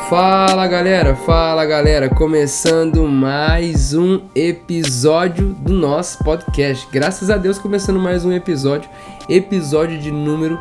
Fala galera, começando mais um episódio do nosso podcast. Graças a Deus, começando mais um episódio de número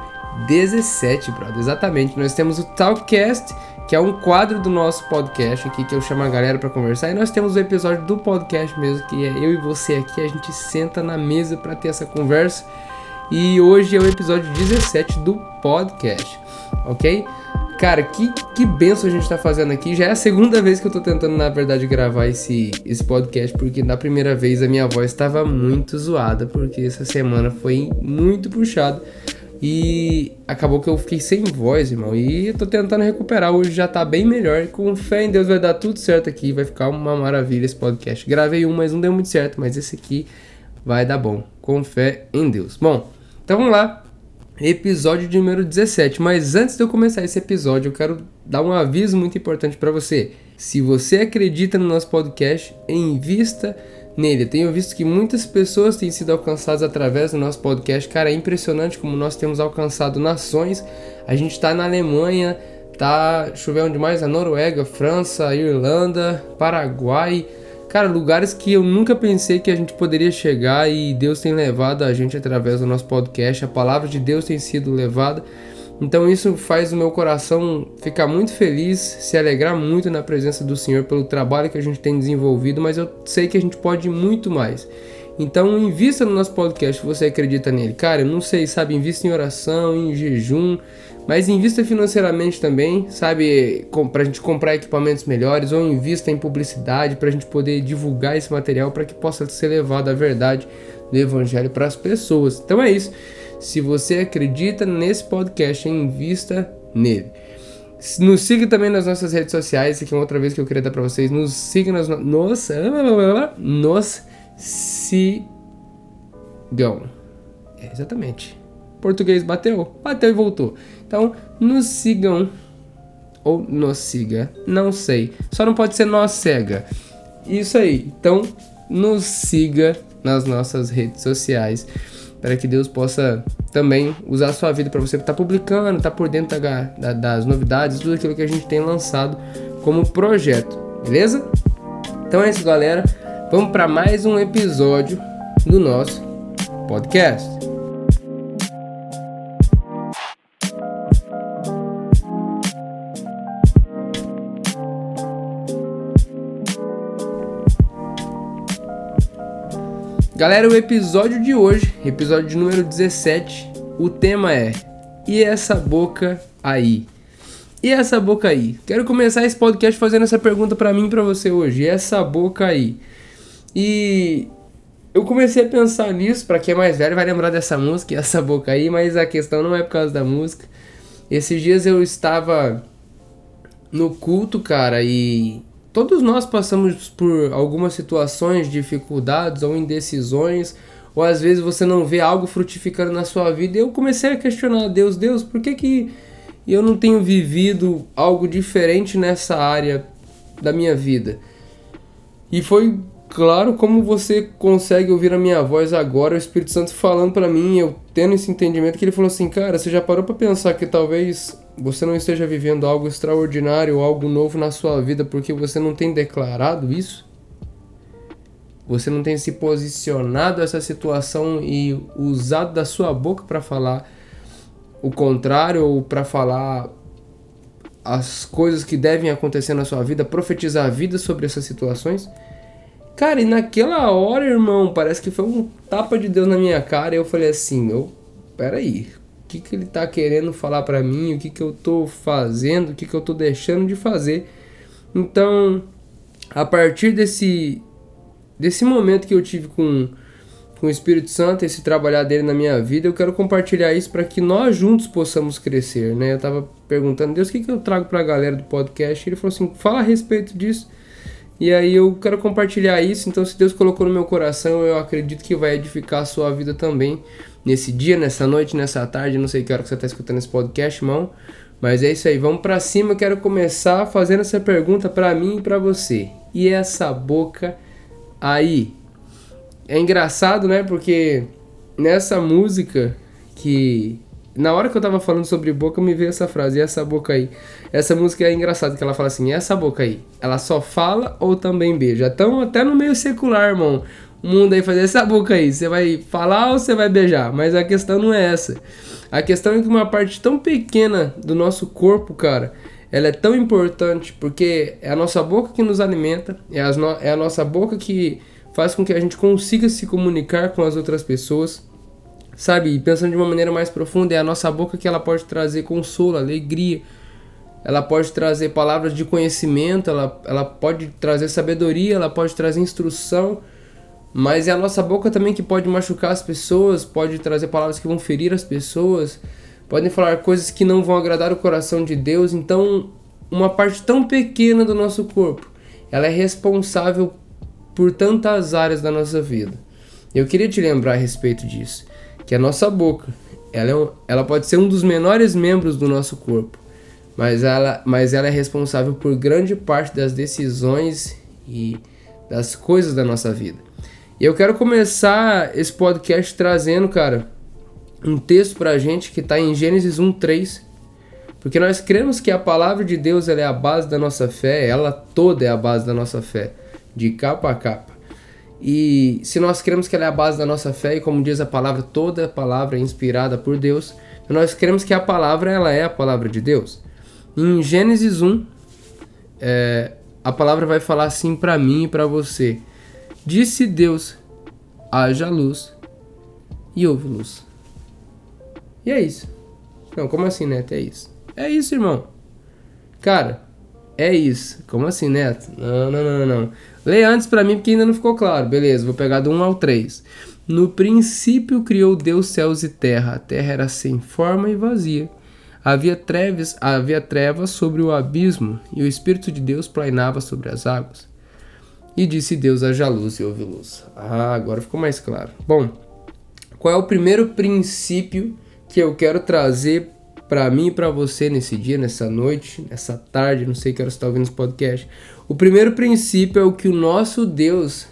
17, brother. Exatamente, nós temos o Talkcast, que é um quadro do nosso podcast aqui, que eu chamo a galera pra conversar, e nós temos o episódio do podcast mesmo, que é eu e você aqui, a gente senta na mesa pra ter essa conversa, e hoje é o episódio 17 do podcast, ok? Cara, que benção a gente tá fazendo aqui. Já é a segunda vez que eu tô tentando, na verdade, gravar esse podcast, porque na primeira vez a minha voz tava muito zoada, porque essa semana foi muito puxada e acabou que eu fiquei sem voz, irmão, e eu tô tentando recuperar. Hoje já tá bem melhor e com fé em Deus vai dar tudo certo aqui, vai ficar uma maravilha esse podcast. Gravei mas não deu muito certo, mas esse aqui vai dar bom, com fé em Deus. Bom, então vamos lá. Episódio de número 17, mas antes de eu começar esse episódio, eu quero dar um aviso muito importante para você. Se você acredita no nosso podcast, invista nele. Eu tenho visto que muitas pessoas têm sido alcançadas através do nosso podcast. Cara, é impressionante como nós temos alcançado nações. A gente tá na Alemanha, deixa eu ver onde mais, na Noruega, França, Irlanda, Paraguai. Cara, lugares que eu nunca pensei que a gente poderia chegar, e Deus tem levado a gente através do nosso podcast. A palavra de Deus tem sido levada. Então isso faz o meu coração ficar muito feliz, se alegrar muito na presença do Senhor pelo trabalho que a gente tem desenvolvido, mas eu sei que a gente pode ir muito mais. Então invista no nosso podcast se você acredita nele. Cara, eu não sei, sabe, invista em oração, em jejum, mas invista financeiramente também, sabe, pra gente comprar equipamentos melhores, ou invista em publicidade pra gente poder divulgar esse material para que possa ser levado a verdade do evangelho para as pessoas. Então é isso. Se você acredita nesse podcast, invista nele. Nos siga também nas nossas redes sociais. Essa aqui é uma outra vez que eu queria dar para vocês. Nos siga nos sigam. Exatamente. Português bateu e voltou. Então, nos sigam. Ou nos siga. Não sei. Só não pode ser nós cega. Isso aí. Então, nos siga nas nossas redes sociais, para que Deus possa também usar a sua vida para você estar publicando, estar por dentro das novidades, tudo aquilo que a gente tem lançado como projeto, beleza? Então é isso, galera. Vamos para mais um episódio do nosso podcast. Galera, o episódio de hoje, episódio de número 17, o tema é: e essa boca aí? E essa boca aí? Quero começar esse podcast fazendo essa pergunta pra mim e pra você hoje. E essa boca aí? E eu comecei a pensar nisso, pra quem é mais velho vai lembrar dessa música, e essa boca aí, mas a questão não é por causa da música. Esses dias eu estava no culto, cara, e todos nós passamos por algumas situações, dificuldades ou indecisões, ou às vezes você não vê algo frutificando na sua vida. E eu comecei a questionar a Deus, por que eu não tenho vivido algo diferente nessa área da minha vida? E foi claro como você consegue ouvir a minha voz agora, o Espírito Santo falando pra mim, eu tendo esse entendimento, que ele falou assim: cara, você já parou pra pensar que talvez você não esteja vivendo algo extraordinário, algo novo na sua vida, porque você não tem declarado isso? Você não tem se posicionado essa situação e usado da sua boca para falar o contrário, ou para falar as coisas que devem acontecer na sua vida, profetizar a vida sobre essas situações? Cara, e naquela hora, irmão, parece que foi um tapa de Deus na minha cara, e eu falei assim: peraí, o que ele tá querendo falar pra mim? O que eu tô fazendo? O que eu tô deixando de fazer? Então, a partir desse momento que eu tive com o Espírito Santo, esse trabalhar dele na minha vida, eu quero compartilhar isso para que nós juntos possamos crescer, né? Eu tava perguntando: Deus, o que eu trago pra galera do podcast? Ele falou assim: fala a respeito disso. E aí eu quero compartilhar isso. Então, se Deus colocou no meu coração, eu acredito que vai edificar a sua vida também, nesse dia, nessa noite, nessa tarde. Não sei que hora que você está escutando esse podcast, irmão, mas é isso aí, vamos pra cima. Eu quero começar fazendo essa pergunta pra mim e pra você: e essa boca aí? É engraçado, né? Porque nessa música que Na hora que eu tava falando sobre boca, me veio essa frase, e essa boca aí. Essa música é engraçada, que ela fala assim, e essa boca aí, ela só fala ou também beija? Então, até no meio secular, irmão, o mundo aí faz essa boca aí, você vai falar ou você vai beijar? Mas a questão não é essa. A questão é que uma parte tão pequena do nosso corpo, cara, ela é tão importante, porque é a nossa boca que nos alimenta, é a nossa boca que faz com que a gente consiga se comunicar com as outras pessoas. Sabe, e pensando de uma maneira mais profunda, é a nossa boca que ela pode trazer consolo, alegria, ela pode trazer palavras de conhecimento, ela pode trazer sabedoria, ela pode trazer instrução, mas é a nossa boca também que pode machucar as pessoas, pode trazer palavras que vão ferir as pessoas, podem falar coisas que não vão agradar o coração de Deus. Então, uma parte tão pequena do nosso corpo, ela é responsável por tantas áreas da nossa vida. Eu queria te lembrar a respeito disso. Que a nossa boca, ela pode ser um dos menores membros do nosso corpo, mas ela é responsável por grande parte das decisões e das coisas da nossa vida. E eu quero começar esse podcast trazendo, cara, um texto pra gente que está em Gênesis 1:3, porque nós cremos que a palavra de Deus ela é a base da nossa fé, ela toda é a base da nossa fé, de capa a capa. E se nós cremos que ela é a base da nossa fé, e como diz a palavra, toda a palavra é inspirada por Deus, nós cremos que a palavra ela é a palavra de Deus. Em Gênesis 1, a palavra vai falar assim para mim e para você. Disse Deus, haja luz, e houve luz. E é isso. Não, como assim, Neto? É isso. É isso, irmão. Cara, é isso. Como assim, Neto? Não. Leia antes pra mim porque ainda não ficou claro. Beleza, vou pegar do 1 ao 3. No princípio criou Deus céus e terra. A terra era sem forma e vazia. Havia trevas sobre o abismo e o Espírito de Deus plainava sobre as águas. E disse Deus, haja luz, e houve luz. Agora ficou mais claro. Bom, qual é o primeiro princípio que eu quero trazer para mim e para você nesse dia, nessa noite, nessa tarde, não sei que hora você está ouvindo esse podcast. O primeiro princípio é o que o nosso Deus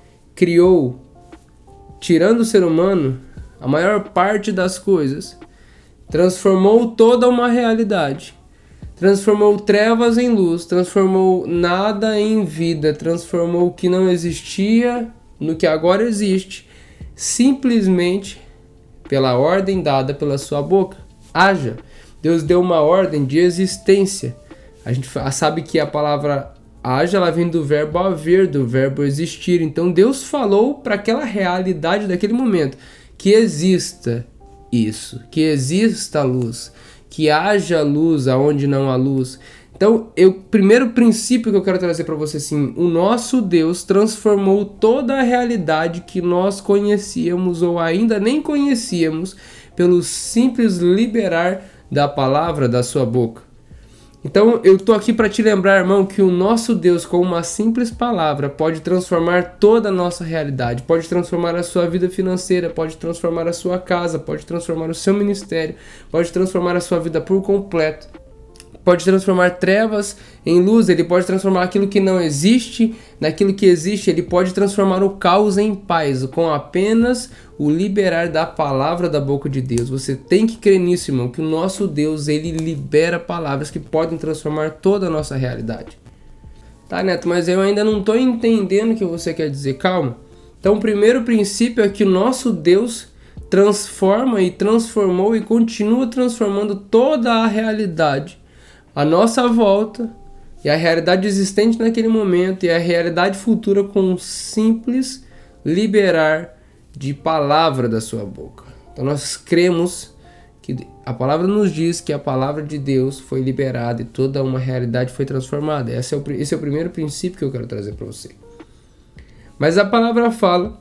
criou, tirando o ser humano, a maior parte das coisas, transformou toda uma realidade, transformou trevas em luz, transformou nada em vida, transformou o que não existia no que agora existe, simplesmente pela ordem dada pela sua boca. Haja. Deus deu uma ordem de existência. A gente sabe que a palavra haja, ela vem do verbo haver, do verbo existir. Então Deus falou para aquela realidade daquele momento que exista isso, que exista luz, que haja luz aonde não há luz. Então, o primeiro princípio que eu quero trazer para você assim, o nosso Deus transformou toda a realidade que nós conhecíamos ou ainda nem conhecíamos pelo simples liberar da palavra da sua boca. Então, eu tô aqui para te lembrar, irmão, que o nosso Deus, com uma simples palavra, pode transformar toda a nossa realidade, pode transformar a sua vida financeira, pode transformar a sua casa, pode transformar o seu ministério, pode transformar a sua vida por completo. Pode transformar trevas em luz, ele pode transformar aquilo que não existe naquilo que existe, ele pode transformar o caos em paz, com apenas o liberar da palavra da boca de Deus. Você tem que crer nisso, irmão, que o nosso Deus, ele libera palavras que podem transformar toda a nossa realidade. Tá, Neto, mas eu ainda não estou entendendo o que você quer dizer, calma. Então, o primeiro princípio é que o nosso Deus transforma e transformou e continua transformando toda a realidade a nossa volta e a realidade existente naquele momento e a realidade futura com um simples liberar de palavra da sua boca. Então nós cremos que a palavra nos diz que a palavra de Deus foi liberada e toda uma realidade foi transformada. Esse é o primeiro princípio que eu quero trazer para você. Mas a palavra fala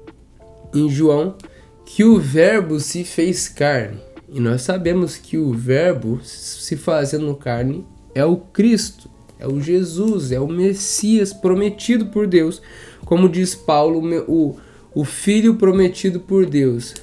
em João que o verbo se fez carne. E nós sabemos que o verbo se fazendo carne é o Cristo, é o Jesus, é o Messias prometido por Deus. Como diz Paulo, o Filho prometido por Deus,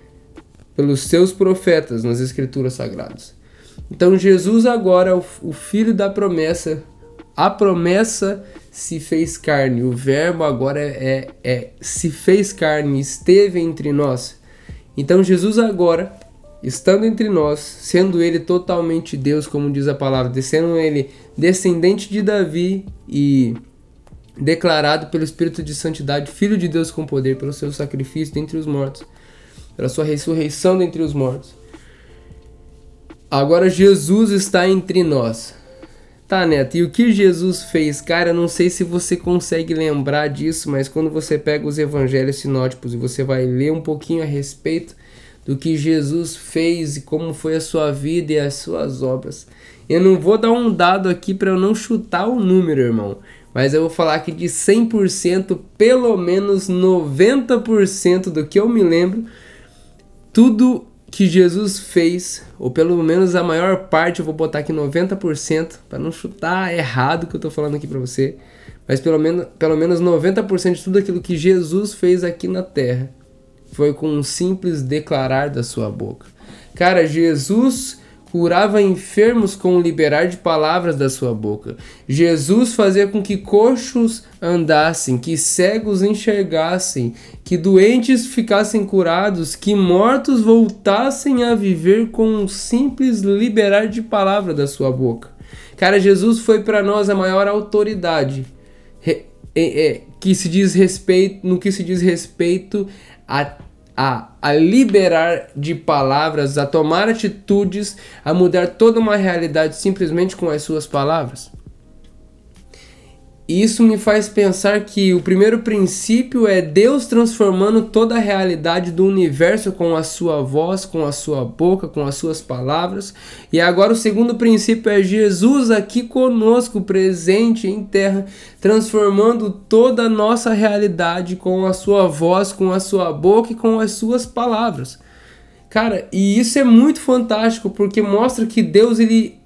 pelos seus profetas nas Escrituras Sagradas. Então Jesus agora, o Filho da promessa, a promessa se fez carne. O verbo agora se fez carne, esteve entre nós. Então Jesus agora estando entre nós, sendo ele totalmente Deus, como diz a palavra, sendo ele descendente de Davi e declarado pelo Espírito de Santidade, Filho de Deus com poder, pelo seu sacrifício dentre os mortos, pela sua ressurreição dentre os mortos. Agora Jesus está entre nós. Tá, Neto, e o que Jesus fez? Cara, eu não sei se você consegue lembrar disso, mas quando você pega os evangelhos sinóticos e você vai ler um pouquinho a respeito do que Jesus fez e como foi a sua vida e as suas obras. Eu não vou dar um dado aqui para eu não chutar o número, irmão, mas eu vou falar que de 100%, pelo menos 90% do que eu me lembro, tudo que Jesus fez, ou pelo menos a maior parte, eu vou botar aqui 90%, para não chutar errado o que eu tô falando aqui para você, mas pelo menos 90% de tudo aquilo que Jesus fez aqui na terra foi com um simples declarar da sua boca. Cara, Jesus curava enfermos com o liberar de palavras da sua boca. Jesus fazia com que coxos andassem, que cegos enxergassem, que doentes ficassem curados, que mortos voltassem a viver com um simples liberar de palavra da sua boca. Cara, Jesus foi para nós a maior autoridade que se diz respeito, no que se diz respeito a liberar de palavras, a tomar atitudes, a mudar toda uma realidade simplesmente com as suas palavras. E isso me faz pensar que o primeiro princípio é Deus transformando toda a realidade do universo com a sua voz, com a sua boca, com as suas palavras. E agora o segundo princípio é Jesus aqui conosco, presente em terra, transformando toda a nossa realidade com a sua voz, com a sua boca e com as suas palavras. Cara, e isso é muito fantástico porque mostra que Deus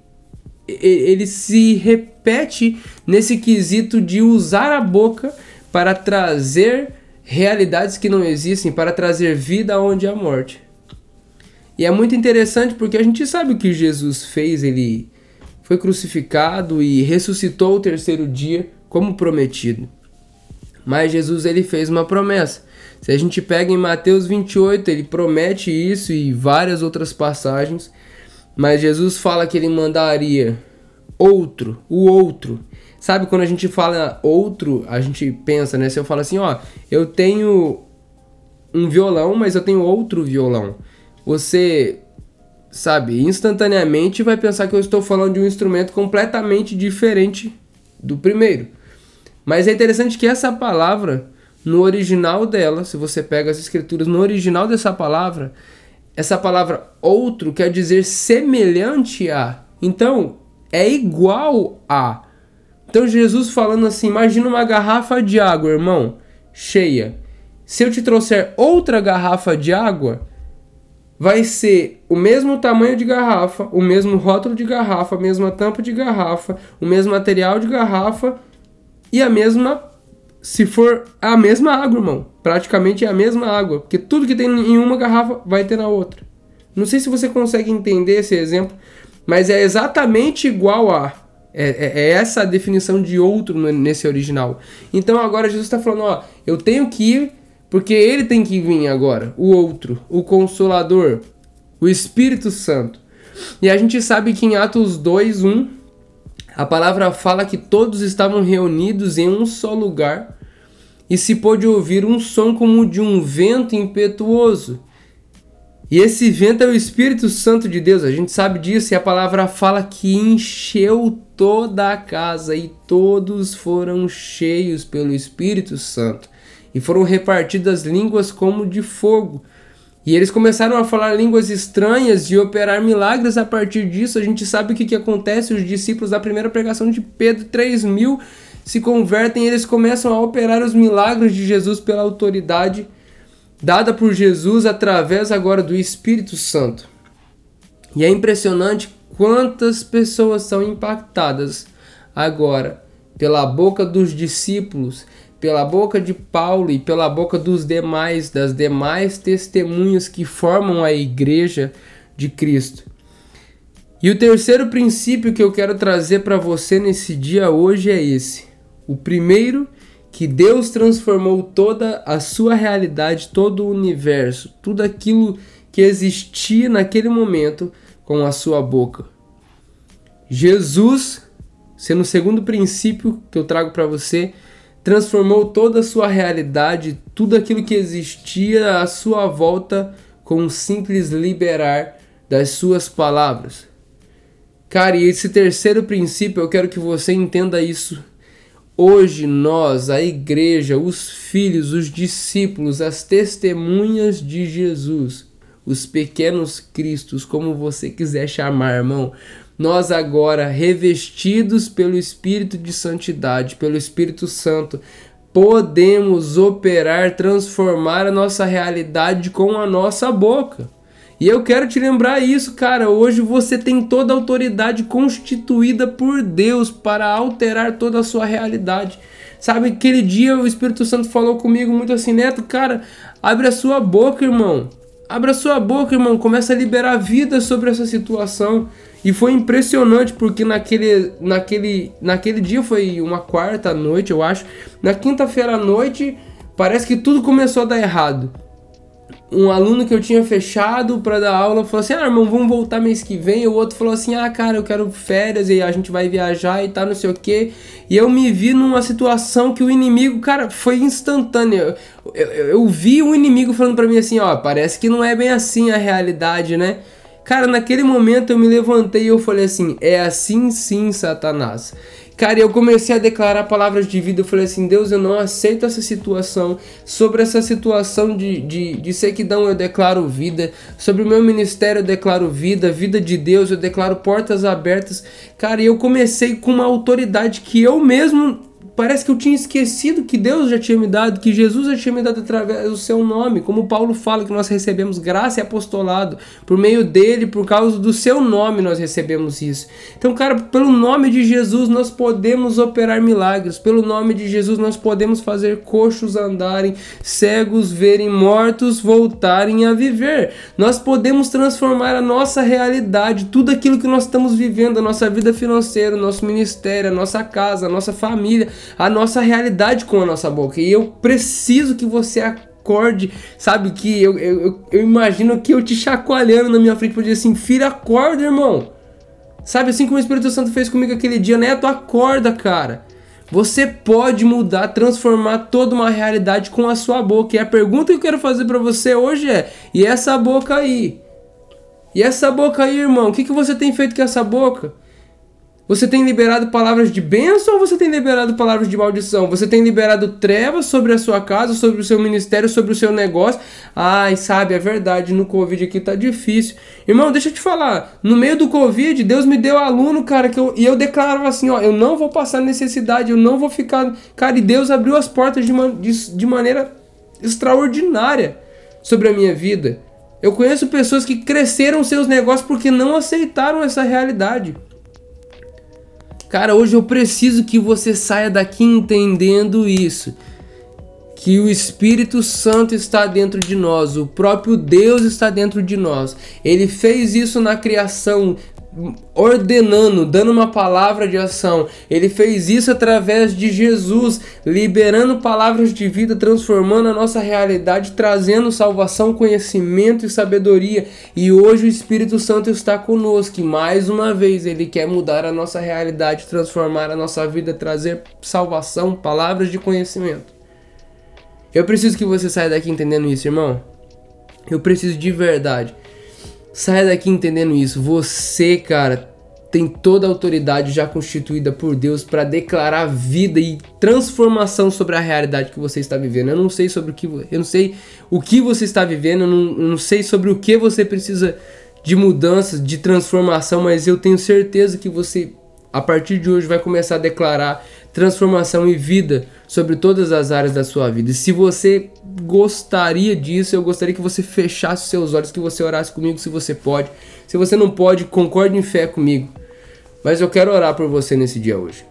ele se repete nesse quesito de usar a boca para trazer realidades que não existem, para trazer vida onde há morte. E é muito interessante porque a gente sabe o que Jesus fez. Ele foi crucificado e ressuscitou ao terceiro dia, como prometido. Mas Jesus ele fez uma promessa. Se a gente pega em Mateus 28, ele promete isso e várias outras passagens. Mas Jesus fala que ele mandaria o outro. Sabe quando a gente fala outro, a gente pensa, né? Se eu falo assim, ó, eu tenho um violão, mas eu tenho outro violão. Você, sabe, instantaneamente vai pensar que eu estou falando de um instrumento completamente diferente do primeiro. Mas é interessante que essa palavra, no original dela, se você pega as escrituras, no original dessa palavra, essa palavra outro quer dizer semelhante a. Então, é igual a. Então, Jesus falando assim, imagina uma garrafa de água, irmão, cheia. Se eu te trouxer outra garrafa de água, vai ser o mesmo tamanho de garrafa, o mesmo rótulo de garrafa, a mesma tampa de garrafa, o mesmo material de garrafa e a mesma... Se for a mesma água, irmão, praticamente é a mesma água, porque tudo que tem em uma garrafa vai ter na outra. Não sei se você consegue entender esse exemplo, mas é exatamente igual a. É essa a definição de outro nesse original. Então agora Jesus está falando, ó, eu tenho que ir, porque ele tem que vir agora, o outro, o Consolador, o Espírito Santo. E a gente sabe que em Atos 2:1, a palavra fala que todos estavam reunidos em um só lugar e se pôde ouvir um som como de um vento impetuoso. E esse vento é o Espírito Santo de Deus, a gente sabe disso, e a palavra fala que encheu toda a casa e todos foram cheios pelo Espírito Santo e foram repartidas línguas como de fogo. E eles começaram a falar línguas estranhas e operar milagres a partir disso. A gente sabe o que acontece. Os discípulos da primeira pregação de Pedro, 3.000, se convertem e eles começam a operar os milagres de Jesus pela autoridade dada por Jesus através agora do Espírito Santo. E é impressionante quantas pessoas são impactadas agora pela boca dos discípulos, pela boca de Paulo e pela boca das demais testemunhas que formam a igreja de Cristo. E o terceiro princípio que eu quero trazer para você nesse dia hoje é esse. O primeiro, que Deus transformou toda a sua realidade, todo o universo, tudo aquilo que existia naquele momento com a sua boca. Jesus, sendo o segundo princípio que eu trago para você, transformou toda a sua realidade, tudo aquilo que existia à sua volta com um simples liberar das suas palavras. Cara, e esse terceiro princípio, eu quero que você entenda isso. Hoje nós, a igreja, os filhos, os discípulos, as testemunhas de Jesus, os pequenos cristos, como você quiser chamar, irmão, nós agora, revestidos pelo Espírito de Santidade, pelo Espírito Santo, podemos operar, transformar a nossa realidade com a nossa boca. E eu quero te lembrar isso, cara. Hoje você tem toda a autoridade constituída por Deus para alterar toda a sua realidade. Sabe, aquele dia o Espírito Santo falou comigo muito assim, Neto, cara, abre a sua boca, irmão. Abre a sua boca, irmão. Começa a liberar vida sobre essa situação. E foi impressionante porque naquele dia foi uma quarta noite, eu acho. Na quinta-feira à noite, parece que tudo começou a dar errado. Um aluno que eu tinha fechado para dar aula falou assim, irmão, vamos voltar mês que vem. E o outro falou assim, cara, eu quero férias e a gente vai viajar e tal, não sei o que. E eu me vi numa situação que o inimigo, cara, foi instantâneo. Eu vi o inimigo falando para mim assim, parece que não é bem assim a realidade, né? Cara, naquele momento eu me levantei e eu falei assim, é assim sim, Satanás. Cara, eu comecei a declarar palavras de vida, eu falei assim, Deus, eu não aceito essa situação, sobre essa situação de sequidão eu declaro vida, sobre o meu ministério eu declaro vida, vida de Deus, eu declaro portas abertas. Cara, e eu comecei com uma autoridade que eu mesmo, parece que eu tinha esquecido que Deus já tinha me dado, que Jesus já tinha me dado através do seu nome, como Paulo fala que nós recebemos graça e apostolado, por meio dele, por causa do seu nome nós recebemos isso. Então, cara, pelo nome de Jesus nós podemos operar milagres, pelo nome de Jesus nós podemos fazer coxos andarem, cegos verem, mortos voltarem a viver. Nós podemos transformar a nossa realidade, tudo aquilo que nós estamos vivendo, a nossa vida financeira, o nosso ministério, a nossa casa, a nossa família, a nossa realidade com a nossa boca. E eu preciso que você acorde, sabe, que eu imagino que eu te chacoalhando na minha frente para dizer assim, filho, acorda, irmão. Sabe, assim como o Espírito Santo fez comigo aquele dia, Neto, acorda, cara. Você pode mudar, transformar toda uma realidade com a sua boca. E a pergunta que eu quero fazer para você hoje é, e essa boca aí? E essa boca aí, irmão, o que você tem feito com essa boca? Você tem liberado palavras de bênção ou você tem liberado palavras de maldição? Você tem liberado trevas sobre a sua casa, sobre o seu ministério, sobre o seu negócio? Ai, sabe, é verdade, no Covid aqui tá difícil. Irmão, deixa eu te falar, no meio do Covid, Deus me deu aluno, cara, e eu declarava assim, eu não vou passar necessidade, eu não vou ficar... Cara, e Deus abriu as portas de maneira extraordinária sobre a minha vida. Eu conheço pessoas que cresceram seus negócios porque não aceitaram essa realidade. Cara, hoje eu preciso que você saia daqui entendendo isso. Que o Espírito Santo está dentro de nós. O próprio Deus está dentro de nós. Ele fez isso na criação, ordenando, dando uma palavra de ação. Ele fez isso através de Jesus, liberando palavras de vida, transformando a nossa realidade, trazendo salvação, conhecimento e sabedoria. E hoje o Espírito Santo está conosco e mais uma vez Ele quer mudar a nossa realidade, transformar a nossa vida, trazer salvação, palavras de conhecimento. Eu preciso que você saia daqui entendendo isso, irmão. Eu preciso de verdade. Saia daqui entendendo isso. Você, cara, tem toda a autoridade já constituída por Deus para declarar vida e transformação sobre a realidade que você está vivendo. Eu não sei o que você está vivendo, eu não sei sobre o que você precisa de mudanças, de transformação, mas eu tenho certeza que você, a partir de hoje, vai começar a declarar transformação e vida sobre todas as áreas da sua vida. E se você gostaria disso, eu gostaria que você fechasse seus olhos, que você orasse comigo se você pode. Se você não pode, concorde em fé comigo. Mas eu quero orar por você nesse dia hoje.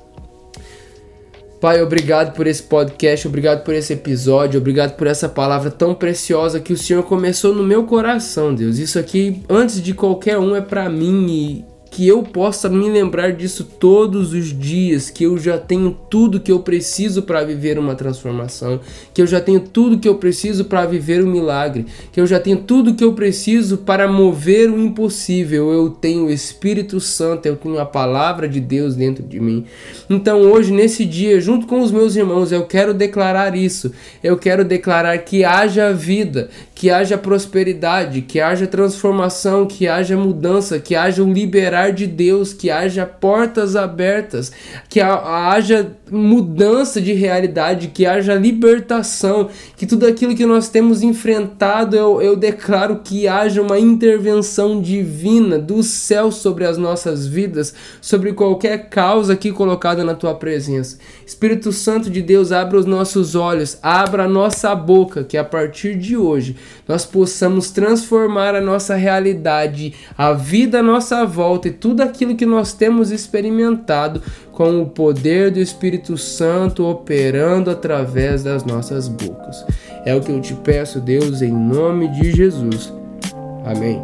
Pai, obrigado por esse podcast, obrigado por esse episódio, obrigado por essa palavra tão preciosa que o Senhor começou no meu coração, Deus. Isso aqui, antes de qualquer um, é pra mim e que eu possa me lembrar disso todos os dias, que eu já tenho tudo que eu preciso para viver uma transformação, que eu já tenho tudo que eu preciso para viver um milagre, que eu já tenho tudo que eu preciso para mover o impossível. Eu tenho o Espírito Santo, eu tenho a palavra de Deus dentro de mim. Então hoje, nesse dia, junto com os meus irmãos, eu quero declarar isso. Eu quero declarar que haja vida, que haja prosperidade, que haja transformação, que haja mudança, que haja um liberar de Deus, que haja portas abertas, que haja mudança de realidade, que haja libertação, que tudo aquilo que nós temos enfrentado, eu declaro que haja uma intervenção divina do céu sobre as nossas vidas, sobre qualquer causa aqui colocada na tua presença. Espírito Santo de Deus, abra os nossos olhos, abra a nossa boca, que a partir de hoje nós possamos transformar a nossa realidade, a vida à nossa volta e tudo aquilo que nós temos experimentado com o poder do Espírito Santo operando através das nossas bocas. É o que eu te peço, Deus, em nome de Jesus. Amém.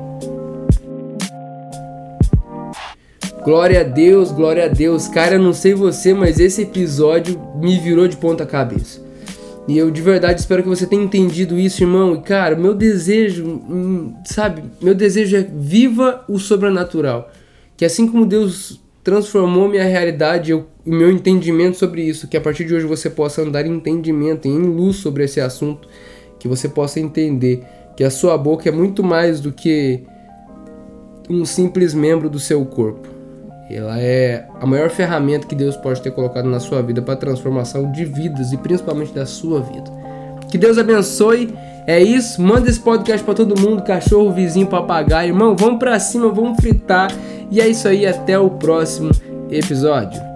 Glória a Deus, glória a Deus. Cara, eu não sei você, mas esse episódio me virou de ponta cabeça. E eu de verdade espero que você tenha entendido isso, irmão. E cara, meu desejo, meu desejo é viva o sobrenatural. Que assim como Deus transformou minha realidade e meu entendimento sobre isso, que a partir de hoje você possa andar em entendimento, em luz sobre esse assunto, que você possa entender que a sua boca é muito mais do que um simples membro do seu corpo. Ela é a maior ferramenta que Deus pode ter colocado na sua vida para a transformação de vidas e principalmente da sua vida. Que Deus abençoe. É isso. Manda esse podcast para todo mundo, cachorro, vizinho, papagaio. Irmão, vamos para cima, vamos fritar. E é isso aí. Até o próximo episódio.